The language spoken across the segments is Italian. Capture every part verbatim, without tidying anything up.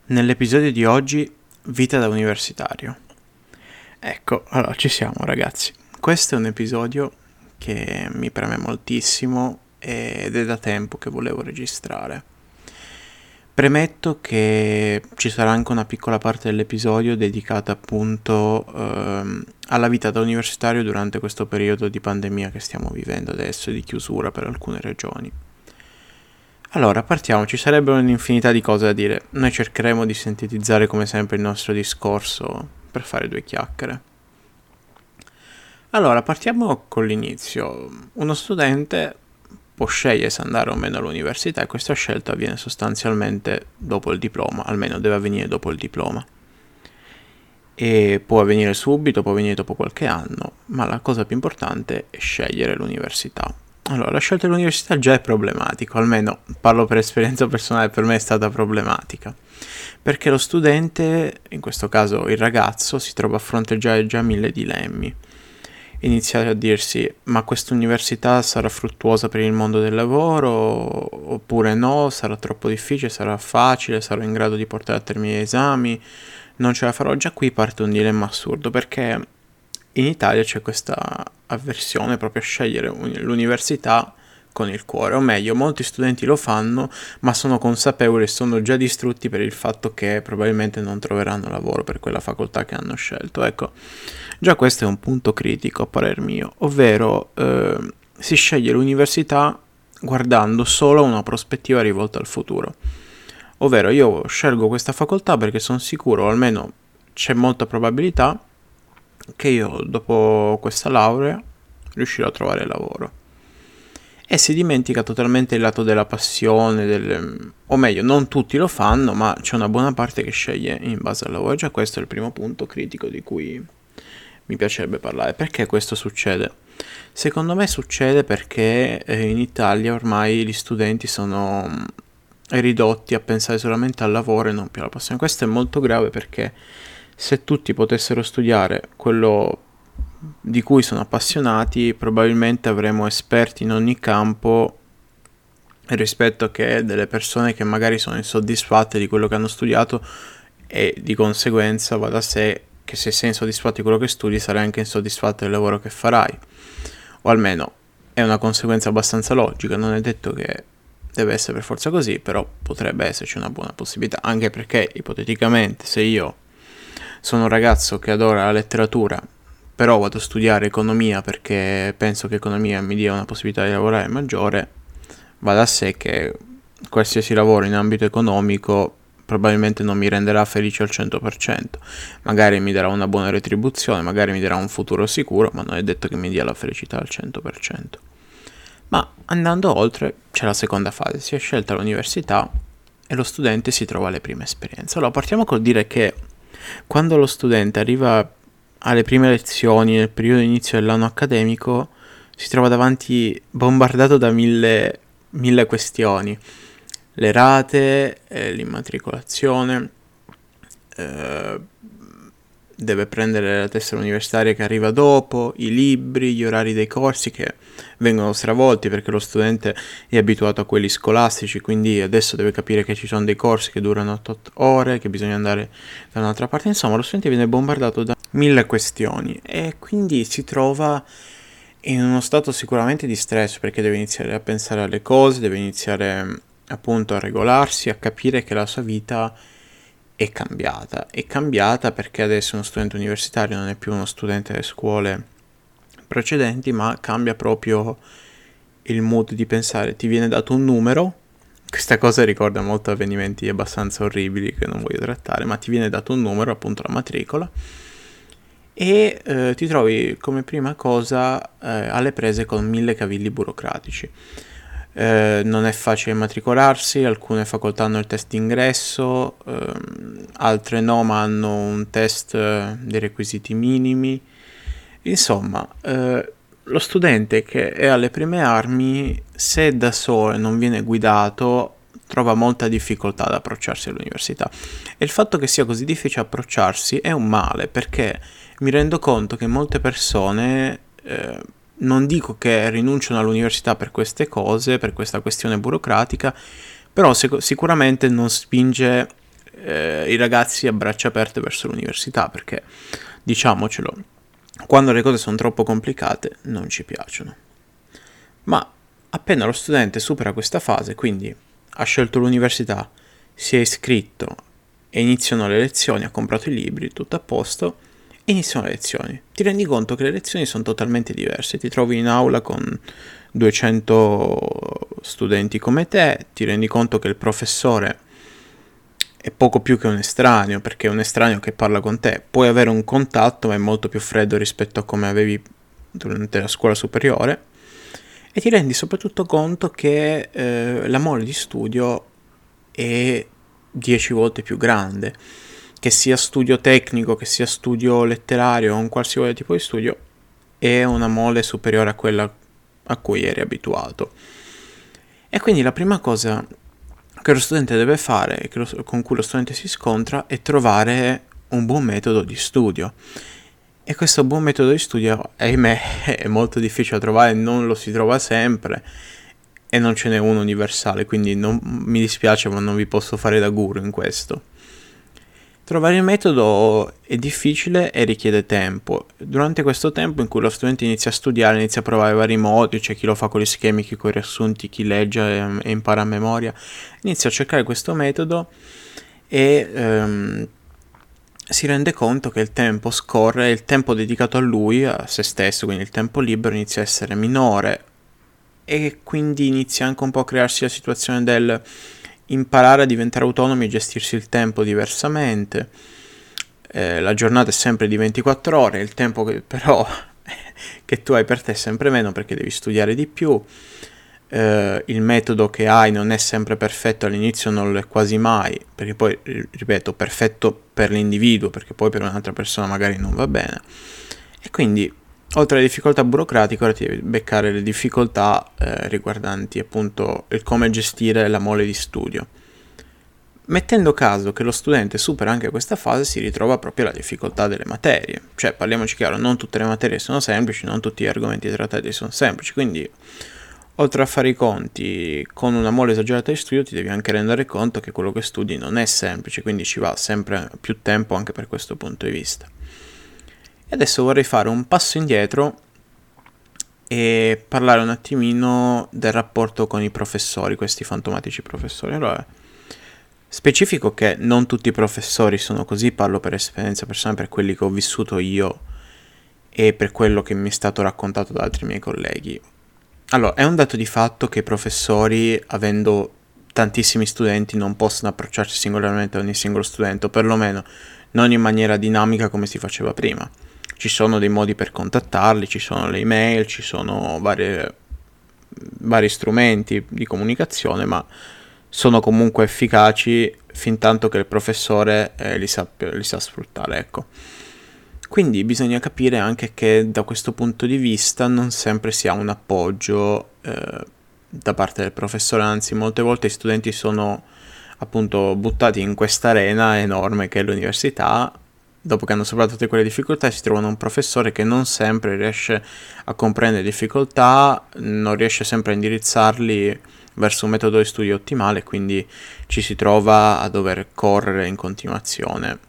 Nell'episodio di oggi, vita da universitario. Ecco, allora ci siamo ragazzi. Questo è un episodio che mi preme moltissimo ed è da tempo che volevo registrare. Premetto che ci sarà anche una piccola parte dell'episodio dedicata appunto ehm, alla vita da universitario durante questo periodo di pandemia che stiamo vivendo adesso e di chiusura per alcune regioni. Allora, partiamo, ci sarebbero un'infinità di cose da dire. Noi cercheremo di sintetizzare come sempre il nostro discorso per fare due chiacchiere. Allora, partiamo con l'inizio. Uno studente può scegliere se andare o meno all'università e questa scelta avviene sostanzialmente dopo il diploma, almeno deve avvenire dopo il diploma. E può avvenire subito, può avvenire dopo qualche anno, ma la cosa più importante è scegliere l'università. Allora, la scelta dell'università già è problematico, almeno parlo per esperienza personale, per me è stata problematica, perché lo studente, in questo caso il ragazzo, si trova a fronteggiare già mille dilemmi. Iniziare a dirsi, ma questa università sarà fruttuosa per il mondo del lavoro, oppure no, sarà troppo difficile, sarà facile, sarò in grado di portare a termine gli esami, non ce la farò. Già qui parte un dilemma assurdo, perché in Italia c'è questa avversione proprio a scegliere l'università con il cuore, o meglio, molti studenti lo fanno, ma sono consapevoli e sono già distrutti per il fatto che probabilmente non troveranno lavoro per quella facoltà che hanno scelto. Ecco, già questo è un punto critico a parer mio, ovvero eh, si sceglie l'università guardando solo una prospettiva rivolta al futuro. Ovvero io scelgo questa facoltà perché sono sicuro, o almeno c'è molta probabilità, che io dopo questa laurea riuscirò a trovare lavoro. E si dimentica totalmente il lato della passione, del... o meglio, non tutti lo fanno, ma c'è una buona parte che sceglie in base al lavoro. Già questo è il primo punto critico di cui mi piacerebbe parlare. Perché questo succede? Secondo me succede perché in Italia ormai gli studenti sono ridotti a pensare solamente al lavoro e non più alla passione. Questo è molto grave perché se tutti potessero studiare quello di cui sono appassionati, probabilmente avremo esperti in ogni campo rispetto che delle persone che magari sono insoddisfatte di quello che hanno studiato, e di conseguenza va da sé che se sei insoddisfatto di quello che studi sarai anche insoddisfatto del lavoro che farai, o almeno è una conseguenza abbastanza logica. Non è detto che deve essere per forza così, però potrebbe esserci una buona possibilità, anche perché ipoteticamente se io sono un ragazzo che adora la letteratura, però vado a studiare economia perché penso che economia mi dia una possibilità di lavorare maggiore, va da sé che qualsiasi lavoro in ambito economico probabilmente non mi renderà felice al cento per cento. Magari mi darà una buona retribuzione, magari mi darà un futuro sicuro, ma non è detto che mi dia la felicità al cento per cento. Ma andando oltre c'è la seconda fase, si è scelta l'università e lo studente si trova alle prime esperienze. Allora partiamo col dire che quando lo studente arriva alle prime lezioni nel periodo inizio dell'anno accademico si trova davanti bombardato da mille, mille questioni, le rate, eh, l'immatricolazione, eh, deve prendere la tessera universitaria che arriva dopo, i libri, gli orari dei corsi che vengono stravolti perché lo studente è abituato a quelli scolastici, quindi adesso deve capire che ci sono dei corsi che durano otto ore, che bisogna andare da un'altra parte. Insomma, lo studente viene bombardato da mille questioni e quindi si trova in uno stato sicuramente di stress, perché deve iniziare a pensare alle cose, deve iniziare appunto a regolarsi, a capire che la sua vita è cambiata. È cambiata perché adesso uno studente universitario non è più uno studente delle scuole precedenti, ma cambia proprio il mood di pensare. Ti viene dato un numero, questa cosa ricorda molto avvenimenti abbastanza orribili che non voglio trattare, ma ti viene dato un numero, appunto la matricola, e eh, ti trovi come prima cosa eh, alle prese con mille cavilli burocratici. Eh, non è facile immatricolarsi, alcune facoltà hanno il test d'ingresso, ehm, altre no, ma hanno un test eh, dei requisiti minimi. Insomma, eh, lo studente che è alle prime armi, se da solo e non viene guidato, trova molta difficoltà ad approcciarsi all'università. E il fatto che sia così difficile approcciarsi è un male, perché mi rendo conto che molte persone... Eh, non dico che rinunciano all'università per queste cose, per questa questione burocratica, però sic- sicuramente non spinge eh, eh, i ragazzi a braccia aperte verso l'università, perché, diciamocelo, quando le cose sono troppo complicate non ci piacciono. Ma appena lo studente supera questa fase, quindi ha scelto l'università, si è iscritto e iniziano le lezioni, ha comprato i libri, tutto a posto, iniziano le lezioni. Ti rendi conto che le lezioni sono totalmente diverse, ti trovi in aula con duecento studenti come te, ti rendi conto che il professore è poco più che un estraneo, perché è un estraneo che parla con te, puoi avere un contatto ma è molto più freddo rispetto a come avevi durante la scuola superiore, e ti rendi soprattutto conto che eh, la mole di studio è dieci volte più grande, che sia studio tecnico, che sia studio letterario o un qualsiasi tipo di studio, è una mole superiore a quella a cui eri abituato. E quindi la prima cosa che lo studente deve fare e che lo, con cui lo studente si scontra è trovare un buon metodo di studio. E questo buon metodo di studio, ahimè, è molto difficile da trovare, non lo si trova sempre e non ce n'è uno universale, quindi non, mi dispiace ma non vi posso fare da guru in questo. Trovare il metodo è difficile e richiede tempo. Durante questo tempo in cui lo studente inizia a studiare, inizia a provare vari modi, c'è chi lo fa con gli schemi, chi con i riassunti, chi legge e, e impara a memoria, inizia a cercare questo metodo e ehm, si rende conto che il tempo scorre, il tempo dedicato a lui, a se stesso, quindi il tempo libero inizia a essere minore e quindi inizia anche un po' a crearsi la situazione del imparare a diventare autonomi e gestirsi il tempo diversamente. Eh, la giornata è sempre di ventiquattro ore, il tempo che però che tu hai per te è sempre meno perché devi studiare di più. Uh, il metodo che hai non è sempre perfetto all'inizio, non lo è quasi mai, perché poi, ripeto, perfetto per l'individuo, perché poi per un'altra persona magari non va bene, e quindi oltre alle difficoltà burocratiche ora ti devi beccare le difficoltà eh, riguardanti appunto il come gestire la mole di studio. Mettendo caso che lo studente supera anche questa fase, si ritrova proprio la difficoltà delle materie, cioè parliamoci chiaro, non tutte le materie sono semplici, non tutti gli argomenti trattati sono semplici, quindi oltre a fare i conti con una mole esagerata di studio ti devi anche rendere conto che quello che studi non è semplice, quindi ci va sempre più tempo anche per questo punto di vista. E adesso vorrei fare un passo indietro e parlare un attimino del rapporto con i professori, questi fantomatici professori. Allora, specifico che non tutti i professori sono così, parlo per esperienza personale, per quelli che ho vissuto io e per quello che mi è stato raccontato da altri miei colleghi. Allora, è un dato di fatto che i professori, avendo tantissimi studenti, non possono approcciarsi singolarmente a ogni singolo studente, o perlomeno non in maniera dinamica come si faceva prima. Ci sono dei modi per contattarli, ci sono le email, ci sono varie, vari strumenti di comunicazione, ma sono comunque efficaci fin tanto che il professore eh, li, sa, li sa sfruttare, ecco. Quindi bisogna capire anche che da questo punto di vista non sempre si ha un appoggio eh, da parte del professore, anzi molte volte i studenti sono appunto buttati in questa arena enorme che è l'università, dopo che hanno superato tutte quelle difficoltà si trovano un professore che non sempre riesce a comprendere le difficoltà, non riesce sempre a indirizzarli verso un metodo di studio ottimale, quindi ci si trova a dover correre in continuazione.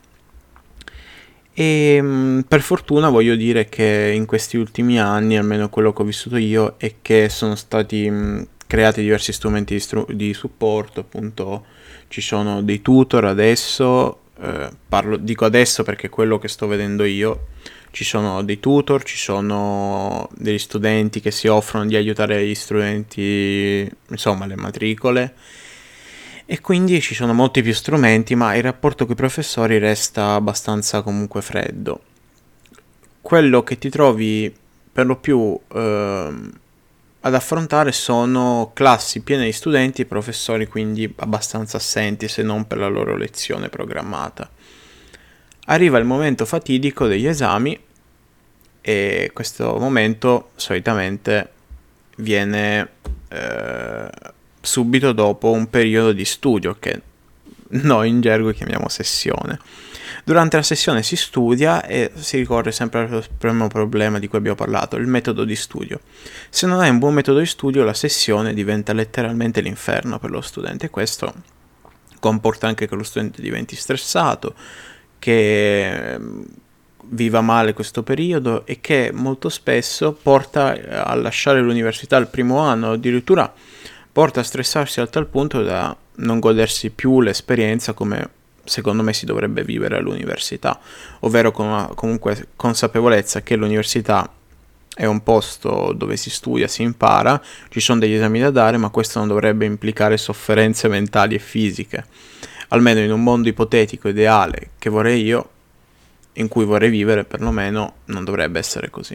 E mh, per fortuna voglio dire che in questi ultimi anni, almeno quello che ho vissuto io, è che sono stati mh, creati diversi strumenti di, stru- di supporto, appunto ci sono dei tutor adesso, eh, parlo, dico adesso perché è quello che sto vedendo io, ci sono dei tutor, ci sono degli studenti che si offrono di aiutare gli studenti, insomma le matricole, e quindi ci sono molti più strumenti, ma il rapporto con i professori resta abbastanza comunque freddo. Quello che ti trovi per lo più eh, ad affrontare sono classi piene di studenti e professori quindi abbastanza assenti, se non per la loro lezione programmata. Arriva il momento fatidico degli esami e questo momento solitamente viene eh, subito dopo un periodo di studio che noi in gergo chiamiamo sessione. Durante la sessione si studia e si ricorre sempre al primo problema di cui abbiamo parlato, il metodo di studio. Se non hai un buon metodo di studio, la sessione diventa letteralmente l'inferno per lo studente, e questo comporta anche che lo studente diventi stressato, che viva male questo periodo e che molto spesso porta a lasciare l'università al primo anno, addirittura porta a stressarsi a tal punto da non godersi più l'esperienza come secondo me si dovrebbe vivere all'università, ovvero con una comunque consapevolezza che l'università è un posto dove si studia, si impara, ci sono degli esami da dare, ma questo non dovrebbe implicare sofferenze mentali e fisiche. Almeno in un mondo ipotetico, ideale, che vorrei io, in cui vorrei vivere perlomeno, non dovrebbe essere così.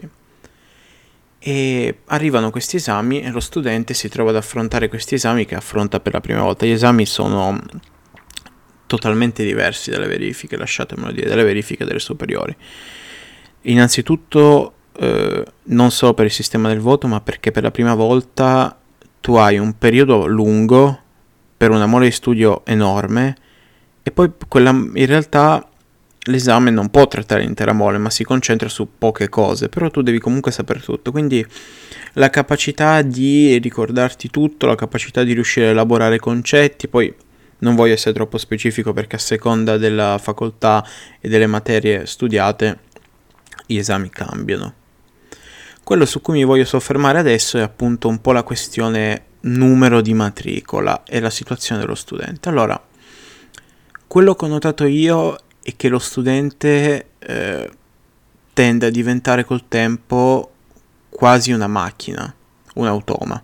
E arrivano questi esami e lo studente si trova ad affrontare questi esami che affronta per la prima volta. Gli esami sono totalmente diversi dalle verifiche, lasciatemelo dire, dalle verifiche delle superiori. Innanzitutto eh, non solo per il sistema del voto, ma perché per la prima volta tu hai un periodo lungo per un amore di studio enorme e poi quella, in realtà l'esame non può trattare l'intera mole, ma si concentra su poche cose, però tu devi comunque sapere tutto, quindi la capacità di ricordarti tutto, la capacità di riuscire a elaborare concetti, poi non voglio essere troppo specifico perché a seconda della facoltà e delle materie studiate gli esami cambiano. Quello su cui mi voglio soffermare adesso è appunto un po' la questione numero di matricola e la situazione dello studente. Allora, quello che ho notato io è che lo studente eh, tende a diventare col tempo quasi una macchina, un automa,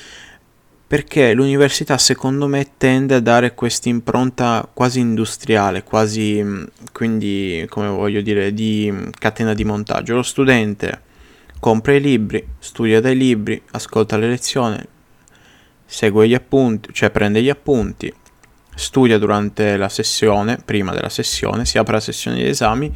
perché l'università secondo me tende a dare questa impronta quasi industriale, quasi, quindi, come voglio dire, di catena di montaggio. Lo studente compra i libri, studia dai libri, ascolta le lezioni, segue gli appunti, cioè prende gli appunti, studia durante la sessione, prima della sessione, si apre la sessione di esami,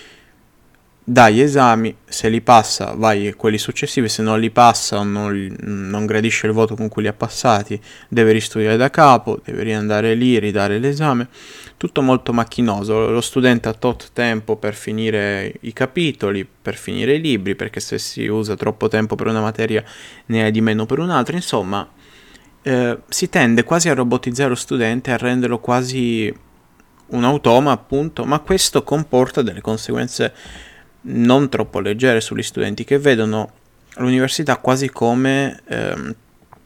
dà gli esami, se li passa vai a quelli successivi, se non li passa o non, non gradisce il voto con cui li ha passati, deve ristudiare da capo, deve riandare lì, ridare l'esame, tutto molto macchinoso. Lo studente ha tot tempo per finire i capitoli, per finire i libri, perché se si usa troppo tempo per una materia ne hai di meno per un'altra, insomma eh, si tende quasi a robotizzare lo studente, a renderlo quasi un automa appunto, ma questo comporta delle conseguenze non troppo leggere sugli studenti che vedono l'università quasi come ehm,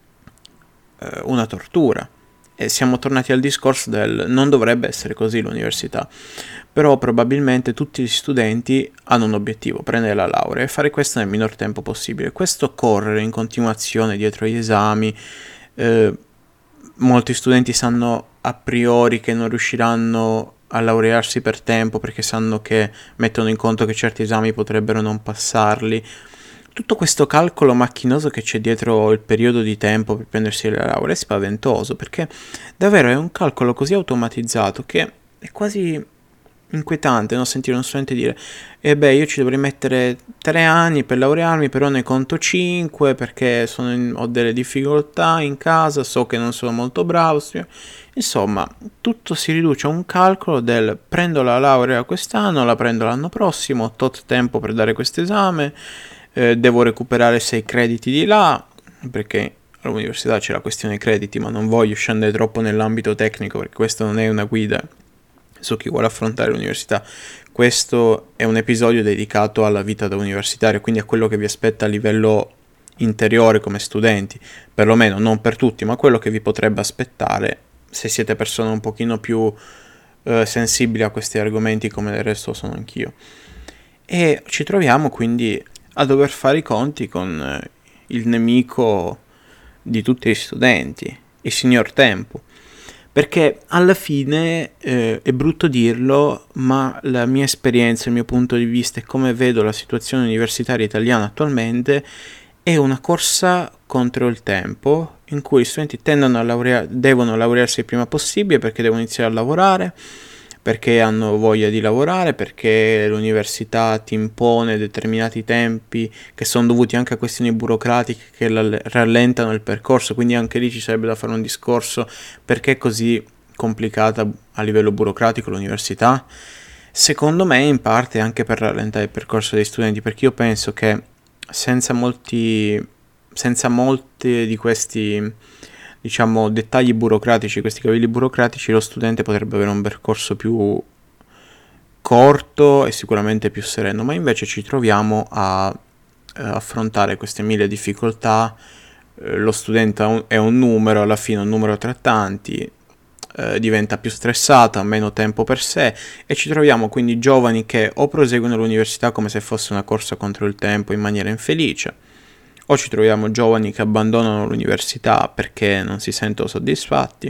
eh, una tortura. E siamo tornati al discorso del non dovrebbe essere così l'università, però probabilmente tutti gli studenti hanno un obiettivo, prendere la laurea e fare questo nel minor tempo possibile. Questo correre in continuazione dietro agli esami, eh, molti studenti sanno a priori che non riusciranno a laurearsi per tempo perché sanno che mettono in conto che certi esami potrebbero non passarli. Tutto questo calcolo macchinoso che c'è dietro il periodo di tempo per prendersi la laurea è spaventoso, perché davvero è un calcolo così automatizzato che è quasi inquietante, no? Sentire uno studente dire e eh beh, io ci dovrei mettere tre anni per laurearmi, però ne conto cinque perché sono in, ho delle difficoltà in casa, so che non sono molto bravo. Insomma, tutto si riduce a un calcolo del prendo la laurea quest'anno, la prendo l'anno prossimo, ho tot tempo per dare questo esame, eh, devo recuperare sei crediti di là, perché all'università c'è la questione crediti, ma non voglio scendere troppo nell'ambito tecnico perché questa non è una guida su chi vuole affrontare l'università. Questo è un episodio dedicato alla vita da universitario, quindi a quello che vi aspetta a livello interiore come studenti, perlomeno non per tutti, ma quello che vi potrebbe aspettare se siete persone un pochino più eh, sensibili a questi argomenti, come del resto sono anch'io. E ci troviamo quindi a dover fare i conti con eh, il nemico di tutti gli studenti, il signor tempo. Perché alla fine, eh, è brutto dirlo, ma la mia esperienza, il mio punto di vista e come vedo la situazione universitaria italiana attualmente è una corsa contro il tempo in cui gli studenti tendono a laureare, devono laurearsi il prima possibile perché devono iniziare a lavorare, perché hanno voglia di lavorare, perché l'università ti impone determinati tempi che sono dovuti anche a questioni burocratiche che rallentano il percorso, quindi anche lì ci sarebbe da fare un discorso perché è così complicata a livello burocratico l'università. Secondo me in parte anche per rallentare il percorso dei studenti, perché io penso che senza molti senza molti di questi diciamo, dettagli burocratici, questi cavilli burocratici, lo studente potrebbe avere un percorso più corto e sicuramente più sereno, ma invece ci troviamo a eh, affrontare queste mille difficoltà. Eh, lo studente è un numero, alla fine un numero tra tanti, eh, diventa più stressato, ha meno tempo per sé, e ci troviamo quindi giovani che o proseguono l'università come se fosse una corsa contro il tempo in maniera infelice, o ci troviamo giovani che abbandonano l'università perché non si sentono soddisfatti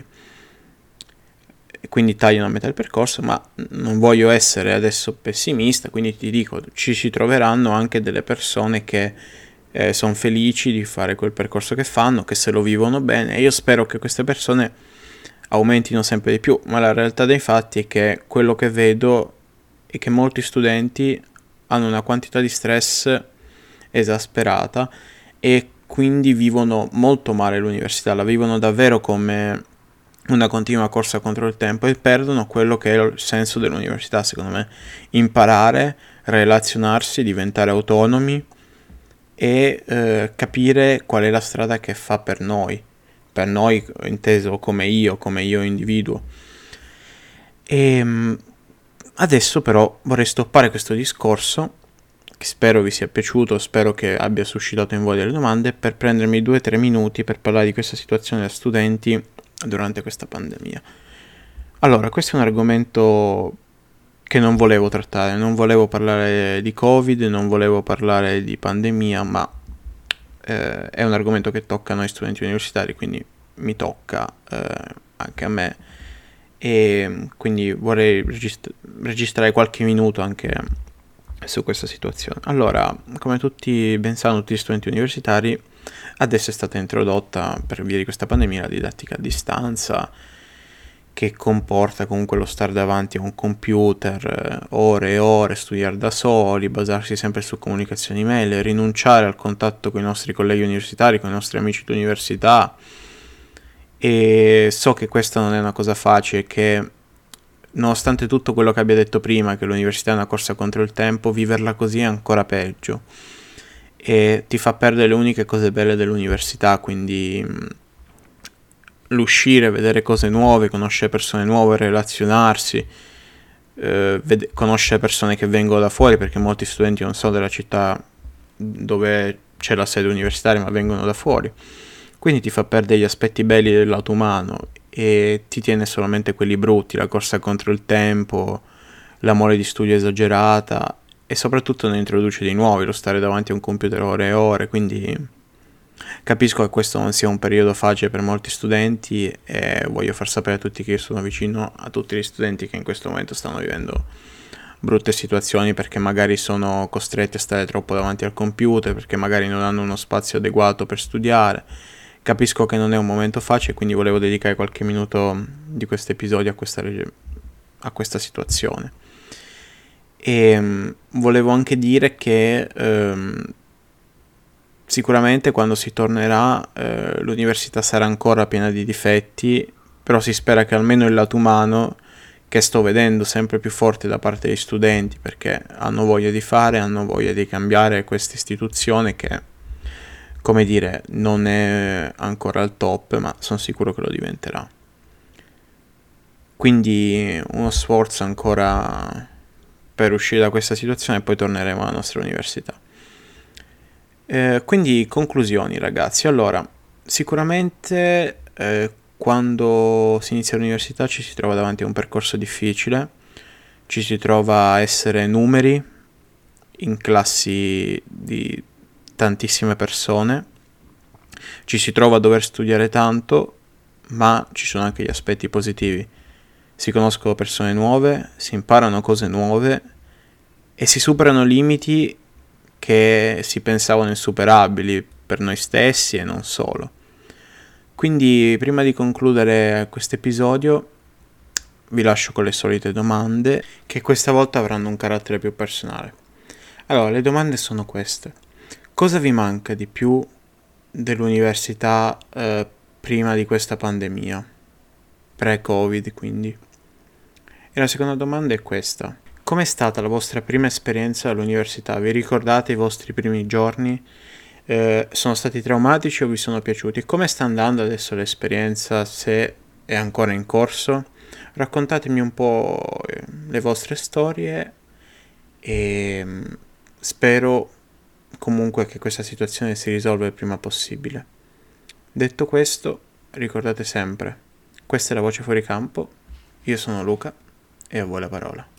e quindi tagliano a metà del percorso. Ma non voglio essere adesso pessimista, quindi ti dico, ci si troveranno anche delle persone che eh, sono felici di fare quel percorso che fanno, che se lo vivono bene, e io spero che queste persone aumentino sempre di più, ma la realtà dei fatti è che quello che vedo è che molti studenti hanno una quantità di stress esasperata e quindi vivono molto male l'università, la vivono davvero come una continua corsa contro il tempo e perdono quello che è il senso dell'università, secondo me: imparare, relazionarsi, diventare autonomi e eh, capire qual è la strada che fa per noi, per noi inteso come io, come io individuo. E adesso però vorrei stoppare questo discorso, che spero vi sia piaciuto, spero che abbia suscitato in voi delle domande, per prendermi due o tre minuti per parlare di questa situazione da studenti durante questa pandemia. Allora, questo è un argomento che non volevo trattare, non volevo parlare di Covid, non volevo parlare di pandemia, ma eh, è un argomento che tocca noi studenti universitari, quindi mi tocca eh, anche a me, e quindi vorrei regist- registrare qualche minuto anche su questa situazione. Allora, come tutti ben sanno, tutti gli studenti universitari, adesso è stata introdotta, per via di questa pandemia, la didattica a distanza, che comporta comunque lo stare davanti a un computer eh, ore e ore, studiare da soli, basarsi sempre su comunicazioni email, rinunciare al contatto con i nostri colleghi universitari, con i nostri amici d'università. E so che questa non è una cosa facile, che nonostante tutto quello che abbia detto prima, che l'università è una corsa contro il tempo, viverla così è ancora peggio e ti fa perdere le uniche cose belle dell'università, quindi mh, l'uscire, vedere cose nuove, conoscere persone nuove, relazionarsi, eh, ved- conoscere persone che vengono da fuori, perché molti studenti non sono della città dove c'è la sede universitaria, ma vengono da fuori. Quindi ti fa perdere gli aspetti belli del lato umano e ti tiene solamente quelli brutti, la corsa contro il tempo, l'amore di studio esagerata, e soprattutto ne introduce di nuovi, lo stare davanti a un computer ore e ore. Quindi capisco che questo non sia un periodo facile per molti studenti e voglio far sapere a tutti che io sono vicino a tutti gli studenti che in questo momento stanno vivendo brutte situazioni, perché magari sono costretti a stare troppo davanti al computer, perché magari non hanno uno spazio adeguato per studiare. Capisco che non è un momento facile, quindi volevo dedicare qualche minuto di questo episodio a questa, a questa situazione. E um, volevo anche dire che um, sicuramente quando si tornerà eh, l'università sarà ancora piena di difetti, però si spera che almeno il lato umano, che sto vedendo sempre più forte da parte degli studenti, perché hanno voglia di fare, hanno voglia di cambiare questa istituzione che, come dire, non è ancora al top, ma sono sicuro che lo diventerà. Quindi uno sforzo ancora per uscire da questa situazione e poi torneremo alla nostra università. Eh, quindi conclusioni, ragazzi. Allora, sicuramente eh, quando si inizia l'università ci si trova davanti a un percorso difficile, ci si trova a essere numeri in classi di tantissime persone, ci si trova a dover studiare tanto, ma ci sono anche gli aspetti positivi. Si conoscono persone nuove, si imparano cose nuove e si superano limiti che si pensavano insuperabili per noi stessi e non solo. Quindi, prima di concludere questo episodio, vi lascio con le solite domande, che questa volta avranno un carattere più personale. Allora, le domande sono queste: cosa vi manca di più dell'università eh, prima di questa pandemia, pre-Covid quindi? E la seconda domanda è questa: com'è stata la vostra prima esperienza all'università? Vi ricordate i vostri primi giorni? Eh, sono stati traumatici o vi sono piaciuti? Come sta andando adesso l'esperienza? Se è ancora in corso? Raccontatemi un po' eh, le vostre storie e mm, spero comunque che questa situazione si risolva il prima possibile. Detto questo, ricordate sempre, questa è la Voce Fuori Campo, io sono Luca e a voi la parola.